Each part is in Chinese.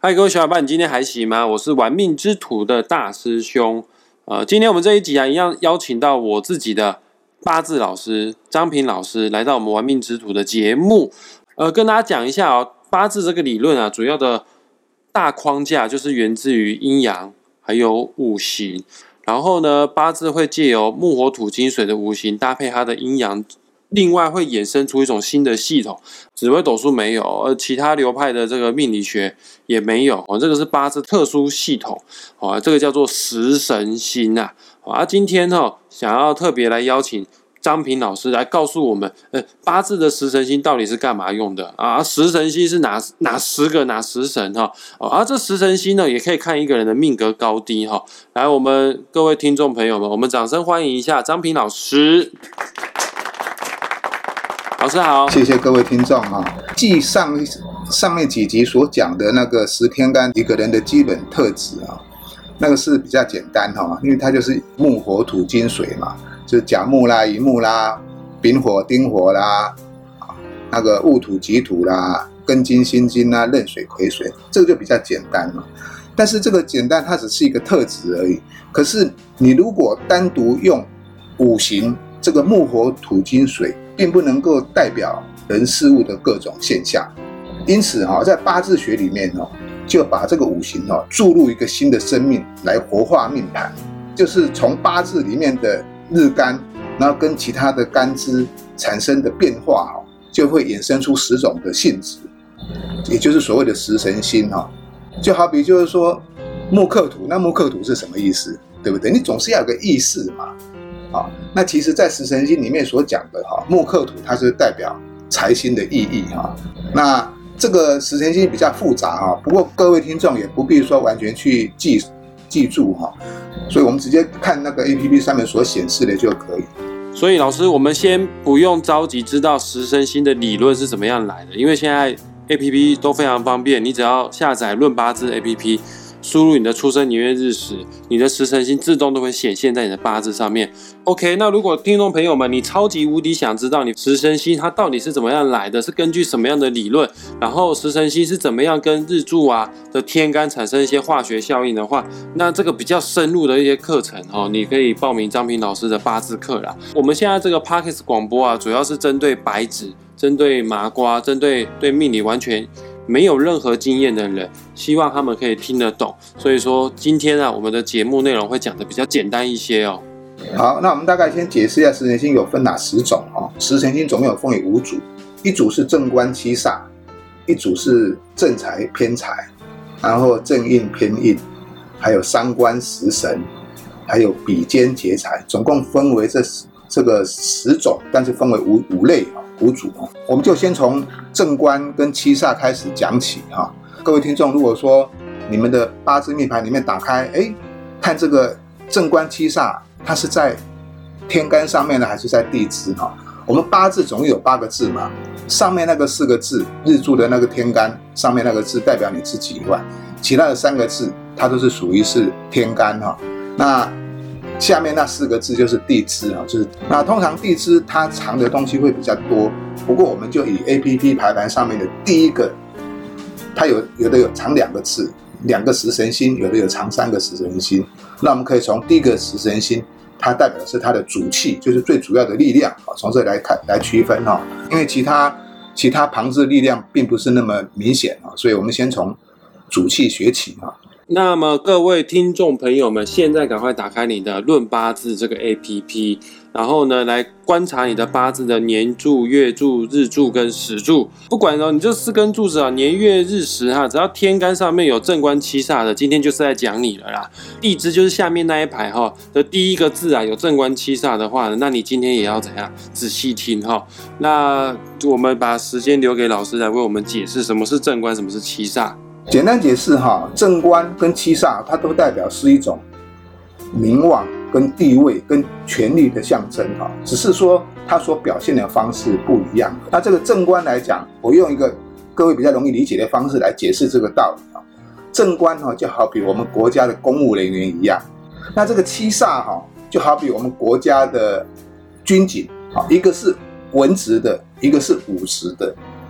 嗨，各位小伙伴，你今天还行吗？我是玩命之徒的大师兄。今天我们这一集一样邀请到我自己的八字老师张平老师来到我们玩命之徒的节目。跟大家讲一下八字这个理论主要的大框架就是源自于阴阳，还有五行。然后呢，八字会借由木火土金水的五行搭配它的阴阳。另外会衍生出一种新的系统，紫微斗数没有，而其他流派的这个命理学也没有。这个是八字特殊系统，这个叫做食神星啊。今天想要特别来邀请张平老师来告诉我们，八字的食神星到底是干嘛用的啊？食神星是哪10个哪食神这食神星呢，也可以看一个人的命格高低来，我们各位听众朋友们，我们掌声欢迎一下张平老师。老师好， 谢谢各位听众继上面几集所讲的那个10天干一个人的基本特质那个是比较简单因为它就是木火土金水嘛，就是甲木啦、乙木啦、丙火、丁火啦，那个戊土、己土啦、庚金、辛金啦、壬水、癸水，这个就比较简单嘛。但是这个简单，它只是一个特质而已。可是你如果单独用五行这个木火土金水，并不能够代表人事物的各种现象，因此在八字学里面就把这个五行注入一个新的生命来活化命盘，就是从八字里面的日干，然后跟其他的干支产生的变化就会衍生出10种的性质，也就是所谓的食神星就好比就是说木克土，那木克土是什么意思，对不对？你总是要有个意识嘛。那其实在食神星里面所讲的木克土，它是代表财星的意义那这个食神星比较复杂不过各位听众也不必说完全去记住所以我们直接看那个 APP 上面所显示的就可以。 所以老师，我们先不用着急知道食神星的理论是怎么样来的，因为现在 APP 都非常方便，你只要下载论八字 APP，输入你的出生年月日时，你的食神星自动都会显现在你的八字上面。OK， 那如果听众朋友们你超级无敌想知道你食神星它到底是怎么样来的，是根据什么样的理论，然后食神星是怎么样跟日柱的天干产生一些化学效应的话，那这个比较深入的一些课程你可以报名张平老师的八字课啦。我们现在这个 Podcast 广播主要是针对白纸、针对麻瓜、针对命理完全没有任何经验的人，希望他们可以听得懂。所以说今天我们的节目内容会讲的比较简单一些好，那我们大概先解释一下食神星有分哪10种食神星总共有分为5组，一组是正官七煞，一组是正财偏财，然后正印偏印，还有伤官食神，还有比肩劫财，总共分为这个10种，但是分为5类5组我们就先从正官跟七煞开始讲起各位听众，如果说你们的八字命盘里面打开看这个正官七煞，它是在天干上面呢，还是在地支我们八字总共有8个字嘛，上面那个4个字日柱的那个天干上面那个字代表你自己以外，其他的3个字它都是属于是天干那下面那4个字就是地支就是那通常地支它藏的东西会比较多，不过我们就以 APP 排盘上面的第一个，它有的有藏2个字，2个食神星，有的有藏3个食神星。那我们可以从第一个食神星，它代表的是它的主气，就是最主要的力量从这里来区分因为其他旁支力量并不是那么明显所以我们先从主气学起那么各位听众朋友们，现在赶快打开你的论八字这个 APP， 然后呢来观察你的八字的年柱、月柱、日柱跟时柱。不管你这4根柱子年月日时只要天干上面有正官七煞的，今天就是在讲你了啦。地支就是下面那一排的第一个字有正官七煞的话，那你今天也要怎样仔细听那我们把时间留给老师来为我们解释什么是正官，什么是七煞。 简单解释正官跟七煞它都代表是一种名望跟地位跟权力的象征只是说它所表现的方式不一样。那这个正官来讲，我用一个各位比较容易理解的方式来解释这个道理正官就好比我们国家的公务人员一样，那这个七煞就好比我们国家的军警一个是文职的，一个是武职的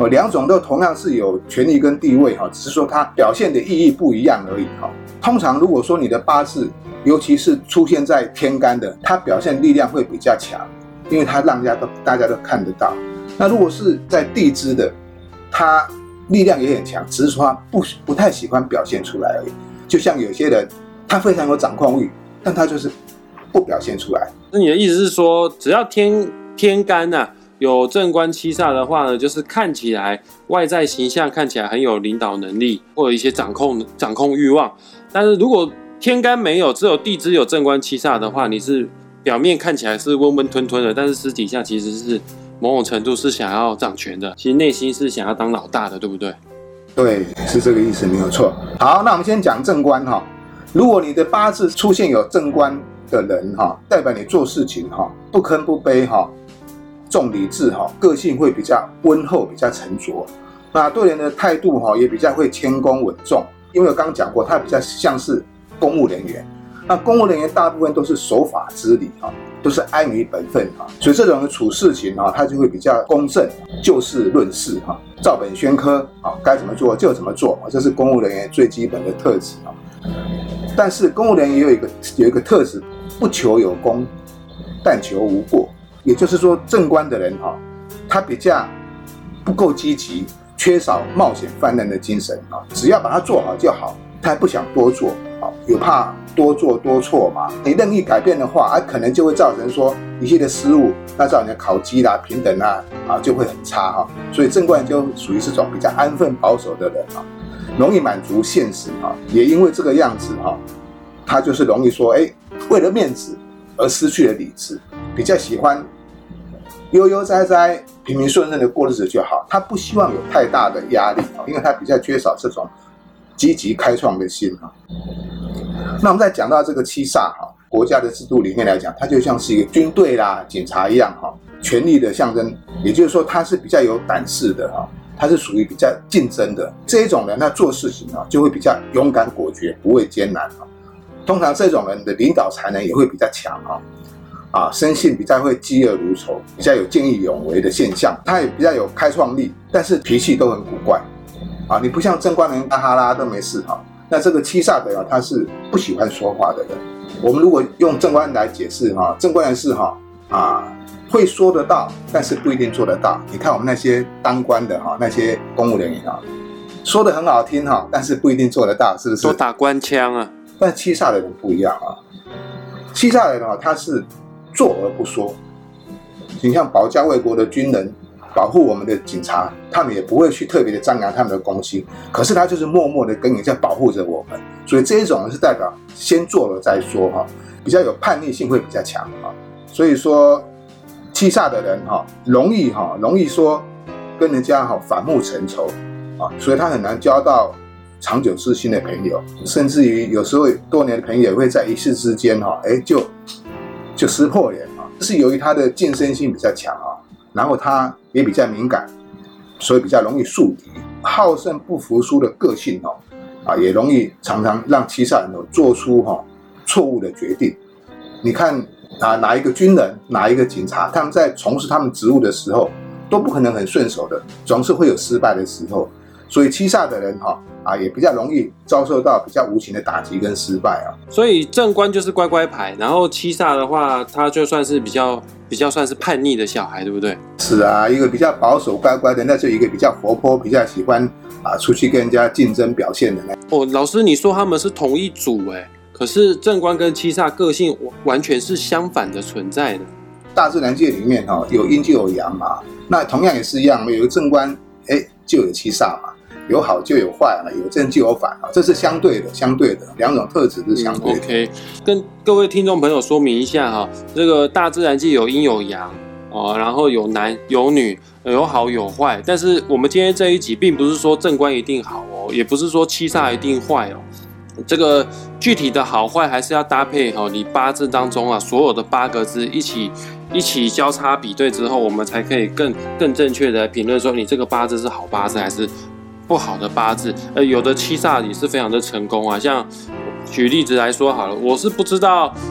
两种都同样是有权力跟地位，只是说它表现的意义不一样而已。通常如果说你的八字，尤其是出现在天干的，它表现力量会比较强，因为它让大家都看得到。那如果是在地支的，它力量也很强，只是说他不太喜欢表现出来而已。就像有些人，他非常有掌控欲，但他就是不表现出来。 那你的意思是说，只要天干有正官七煞的话呢，就是看起来外在形象看起来很有领导能力，或者一些掌控欲望。但是如果天干没有，只有地支有正官七煞的话，你是表面看起来是温温吞吞的，但是私底下其实是某种程度是想要掌权的，其实内心是想要当老大的，对不对？ 对，是这个意思，没有错。好，那我们先讲正官哈。如果你的八字出现有正官的人哈，代表你做事情哈不吭不卑哈，重理智哈，个性会比较温厚，比较沉着。那对人的态度哈也比较会谦恭稳重，因为我刚刚讲过，他比较像是公务人员。那公务人员大部分都是守法知礼哈，都是安于本分哈，所以这种人处事情哈，他就会比较公正，就事论事哈，照本宣科啊，该怎么做就怎么做，这是公务人员最基本的特质啊。但是公务人员也有一个特质，不求有功，但求无过。也就是说，正官的人哈，他比较不够积极，缺少冒险犯难的精神啊，只要把它做好就好，他不想多做啊，有怕多做多错嘛。你任意改变的话，可能就会造成说一些的失误，那造成的考绩啦、平等就会很差哈。所以正官就属于这种比较安分保守的人啊，容易满足现实啊。也因为这个样子哈，他就是容易说，为了面子而失去了理智，比较喜欢悠悠哉哉、平平顺顺的过日子就好。他不希望有太大的压力，因为他比较缺少这种积极开创的心。那我们再讲到这个七煞国家的制度里面来讲，它就像是一个军队啦、警察一样权力的象征。也就是说，他是比较有胆识的他是属于比较竞争的这一种人，他做事情就会比较勇敢果决，不畏艰难。通常这种人的领导才能也会比较强生性比较会嫉恶如仇，比较有见义勇为的现象，他也比较有开创力，但是脾气都很古怪你不像正官人哈哈啦都没事那这个七煞的人他是不喜欢说话的人。我们如果用正官来解释正官人是会说得到，但是不一定做得到。你看我们那些当官的那些公务人员说得很好听但是不一定做得到，是不是？ 都打官腔啊。 但七煞的人不一样七煞的人他是做而不说。你像保家卫国的军人，保护我们的警察，他们也不会去特别的张扬他们的功绩，可是他就是默默的跟你在保护着我们。所以这一种是代表先做了再说比较有叛逆性，会比较强所以说七煞的人容易说跟人家反目成仇所以他很难交到长久之心的朋友，甚至于有时候多年的朋友会在一夕之间就撕破脸这是由于他的竞争性比较强然后他也比较敏感，所以比较容易树敌，好胜不服输的个性也容易常常让七煞人做出错误的决定。你看哪一个军人，哪一个警察，他们在从事他们职务的时候都不可能很顺手的，总是会有失败的时候。所以七煞的人也比较容易遭受到比较无情的打击跟失败所以正官就是乖乖牌，然后七煞的话，他就算是比较算是叛逆的小孩，对不对？ 是一个比较保守乖乖的，那就一个比较活泼，比较喜欢出去跟人家竞争表现的老师你说他们是同一组可是正官跟七煞个性完全是相反的存在的。 大自然界里面有阴就有阳嘛，那同样也是一样，有正官就有七煞嘛，有好就有坏有正就有反这是相对的两种特质是相对的。 OK， 跟各位听众朋友说明一下这个大自然界有阴有阳然后有男有女，有好有坏。但是我们今天这一集并不是说正官一定好也不是说七煞一定坏这个具体的好坏还是要搭配你八字当中所有的8个字一起交叉比对之后，我们才可以更正确的评论说你这个八字是好八字还是不好的八字。有的七煞也是非常的成功像举例子来说好了，我是不知道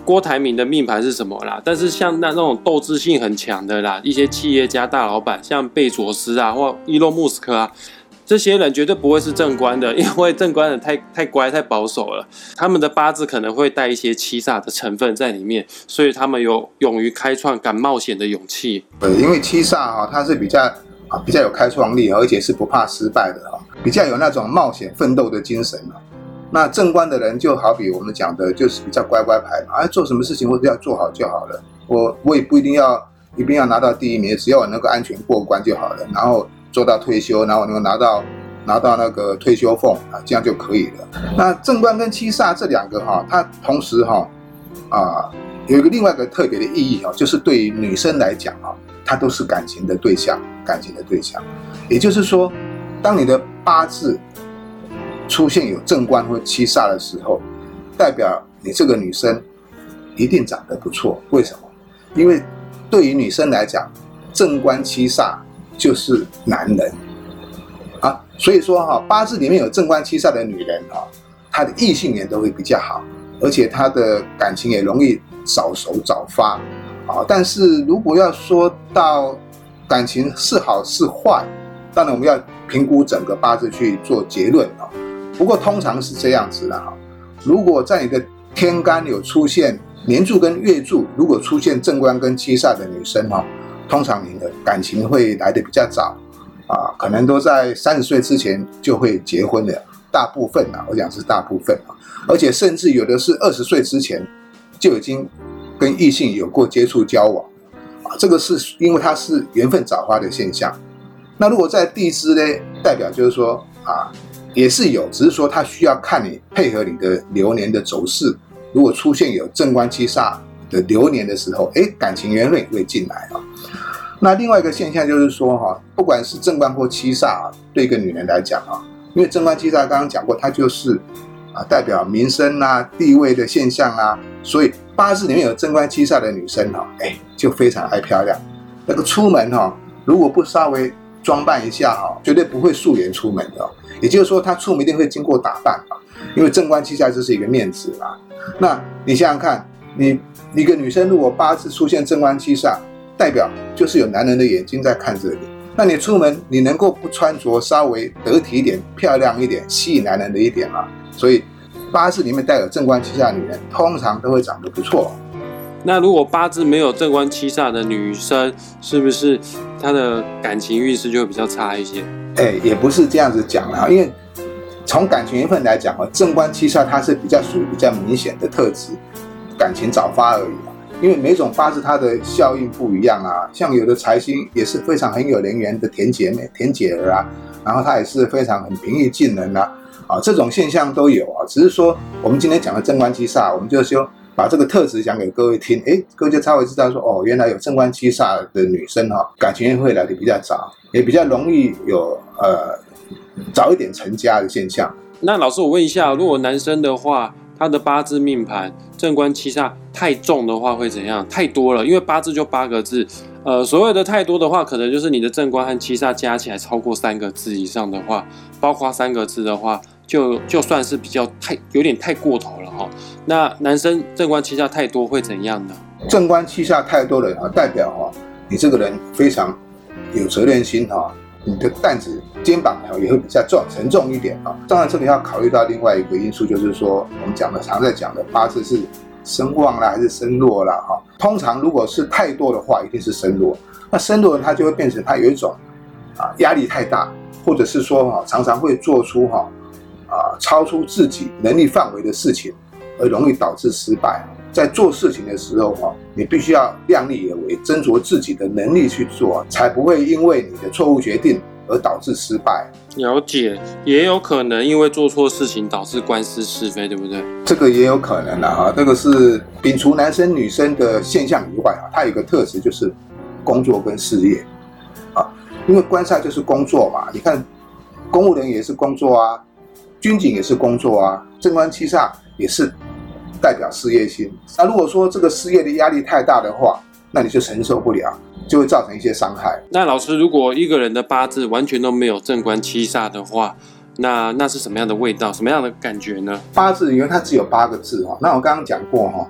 郭台铭的命盘是什么啦，但是像那种斗志性很强的啦，一些企业家大老板，像贝佐斯啊或伊隆马斯克啊，这些人绝对不会是正官的，因为正官人太乖太保守了，他们的八字可能会带一些七煞的成分在里面，所以他们有勇于开创、敢冒险的勇气。 因为七煞它是比较有开创力，而且是不怕失败的比较有那种冒险奋斗的精神。那正官的人就好比我们讲的，就是比较乖乖牌嘛，做什么事情我只要做好就好了，我也不一定要拿到第一名，只要我能够安全过关就好了，然后做到退休，然后能够拿到那个退休俸这样就可以了。那正官跟七煞这两个它同时有一个另外一个特别的意义就是对于女生来讲它都是感情的对象。也就是说，当你的八字出现有正官或七煞的时候，代表你这个女生一定长得不错。为什么？因为对于女生来讲，正官七煞就是男人所以说八字里面有正官七煞的女人她的异性缘都会比较好，而且她的感情也容易早熟早发但是如果要说到感情是好是坏，当然我们要评估整个八字去做结论不过通常是这样子的如果在你的天干有出现年柱跟月柱，如果出现正官跟七煞的女生通常你的感情会来得比较早可能都在30岁之前就会结婚了，大部分我讲是大部分而且甚至有的是20岁之前就已经跟异性有过接触交往这个是因为它是缘分早发的现象。那如果在地支呢，代表就是说也是有，只是说它需要看你配合你的流年的走势，如果出现有正官七煞的流年的时候感情缘分也会进来那另外一个现象就是说不管是正官或七煞对一个女人来讲因为正官七煞刚刚讲过，它就是代表民生地位的现象所以八字里面有正官七煞的女生就非常爱漂亮。那个出门如果不稍微装扮一下绝对不会素颜出门的也就是说她出门一定会经过打扮因为正官七煞就是一个面子那你想想看，你一个女生如果八字出现正官七煞，代表就是有男人的眼睛在看着你，那你出门你能够不穿着稍微得体一点漂亮一点吸引男人的一点所以八字里面带有正官七煞的女人通常都会长得不错。 那如果八字没有正官七煞的女生，是不是她的感情运势就会比较差一些？ 也不是这样子讲因为从感情缘分来讲正官七煞它是属于比较明显的特质，感情早发而已因为每种八字它的效应不一样像有的财星也是非常很有人缘的田姐儿然后她也是非常很平易近人这种现象都有只是说我们今天讲的正官七煞，我们就说把这个特质讲给各位听，各位就稍微知道说原来有正官七煞的女生感情会来得比较早，也比较容易有早一点成家的现象。 那老师我问一下，如果男生的话，他的八字命盘正官七煞太重的话会怎样？太多了，因为八字就8个字，所谓的太多的话，可能就是你的正官和七煞加起来超过3个字以上的话，包括3个字的话，就算是比较有点太过头了那男生正官七煞太多会怎样呢？ 正官七煞太多了代表你这个人非常有责任心你的担子肩膀也会比较沉重一点当然这里要考虑到另外一个因素，就是说我们常在讲的八字是身旺还是身弱通常如果是太多的话一定是身弱，那身弱它就会变成它有一种压力太大，或者是说常常会做出超出自己能力范围的事情，而容易导致失败。在做事情的时候你必须要量力而为，斟酌自己的能力去做，才不会因为你的错误决定而导致失败。 了解，也有可能因为做错事情导致官司是非，对不对？ 这个也有可能这个是摒除男生女生的现象以外它有一个特质，就是工作跟事业因为官煞就是工作嘛，你看公务人也是工作军警也是工作正官七煞也是代表事业心。那如果说这个事业的压力太大的话，那你就承受不了，就会造成一些伤害。 那老师，如果一个人的八字完全都没有正官七煞的话，那是什么样的味道，什么样的感觉呢？ 八字因为它只有8个字那我刚刚讲过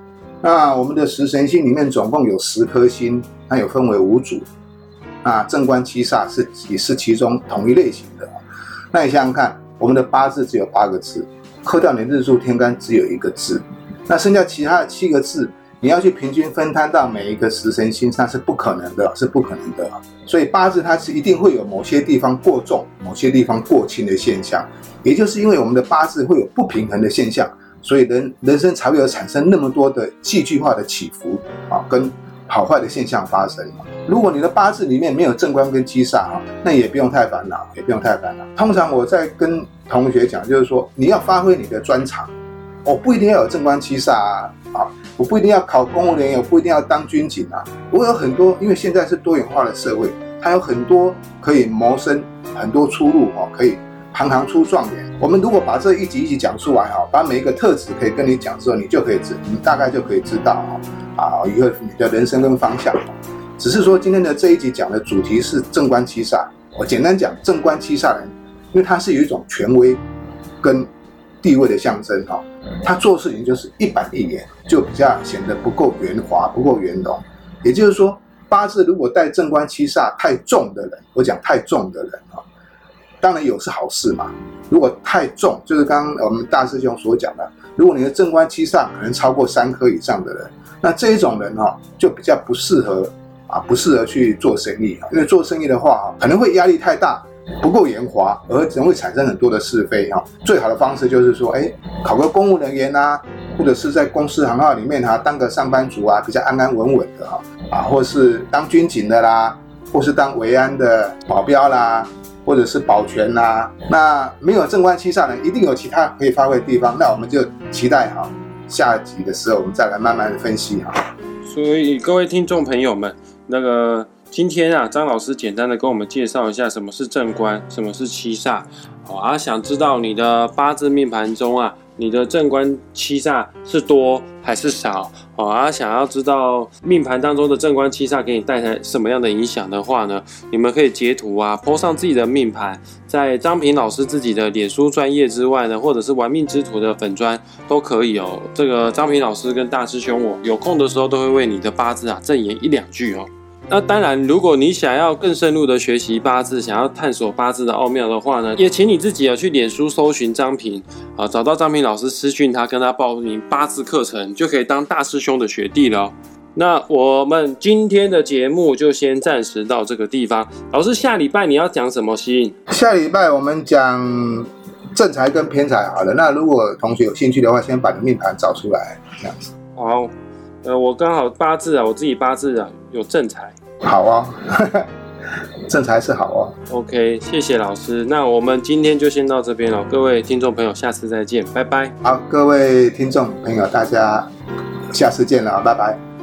那我们的十神星里面总共有10颗星，它有分为5组。正官七煞也是其中同一类型的。那你想想看，我们的八字只有8个字，扣掉你日柱天干只有1个字，那剩下其他的7个字，你要去平均分摊到每一个十神星上是不可能的，是不可能的。所以八字它是一定会有某些地方过重，某些地方过轻的现象。也就是因为我们的八字会有不平衡的现象，所以人生才会有产生那么多的戏剧化的起伏跟好坏的现象发生。如果你的八字里面没有正官跟七煞那也不用太烦恼，也不用太烦恼。通常我在跟同学讲，就是说你要发挥你的专长，不一定要有正官七煞我不一定要考公务员，我不一定要当军警我有很多，因为现在是多元化的社会，它有很多可以谋生，很多出路可以行行出状元。我们如果把这一集一集讲出来把每一个特质可以跟你讲之后，你大概就可以知道以后你的人生跟方向。只是说今天的这一集讲的主题是正官七煞。我简单讲，正官七煞人，因为他是有一种权威跟地位的象征他做事情就是一板一眼，就比较显得不够圆滑，不够圆融。也就是说，八字如果带正官七煞太重的人，我讲太重的人当然有是好事嘛。如果太重，就是刚刚我们大师兄所讲的，如果你的正官七煞可能超过3颗以上的人，那这一种人就比较不适合去做生意因为做生意的话可能会压力太大，不够圆滑，而可能会产生很多的是非最好的方式就是说，考个公务人员或者是在公司行号里面当个上班族比较安安稳稳的或是当军警的啦，或是当维安的保镖啦，或者是保全啦。那没有正官七煞人，一定有其他可以发挥的地方。那我们就期待下集的时候，我们再来慢慢的分析所以各位听众朋友们，今天张老师简单的跟我们介绍一下什么是正官，什么是七煞。想知道你的八字命盘中你的正官七煞是多还是少想要知道命盘当中的正官七煞给你带来什么样的影响的话呢，你们可以截图po 上自己的命盘，在张平老师自己的脸书专页之外呢，或者是玩命之徒的粉专都可以这个张平老师跟大师兄我有空的时候都会为你的八字正言1-2句那当然，如果你想要更深入的学习八字，想要探索八字的奥妙的话呢，也请你自己去脸书搜寻张平找到张平老师，私讯他，跟他报名八字课程，就可以当大师兄的学弟了那我们今天的节目就先暂时到这个地方。老师，下礼拜你要讲什么星？ 下礼拜我们讲正财跟偏财好了。那如果同学有兴趣的话，先把你命盘找出来，这样子。 好，我刚好八字我自己八字有正财。 好正财是好 OK， 谢谢老师。那我们今天就先到这边了，各位听众朋友，下次再见，拜拜。 好，各位听众朋友，大家下次见了，拜拜。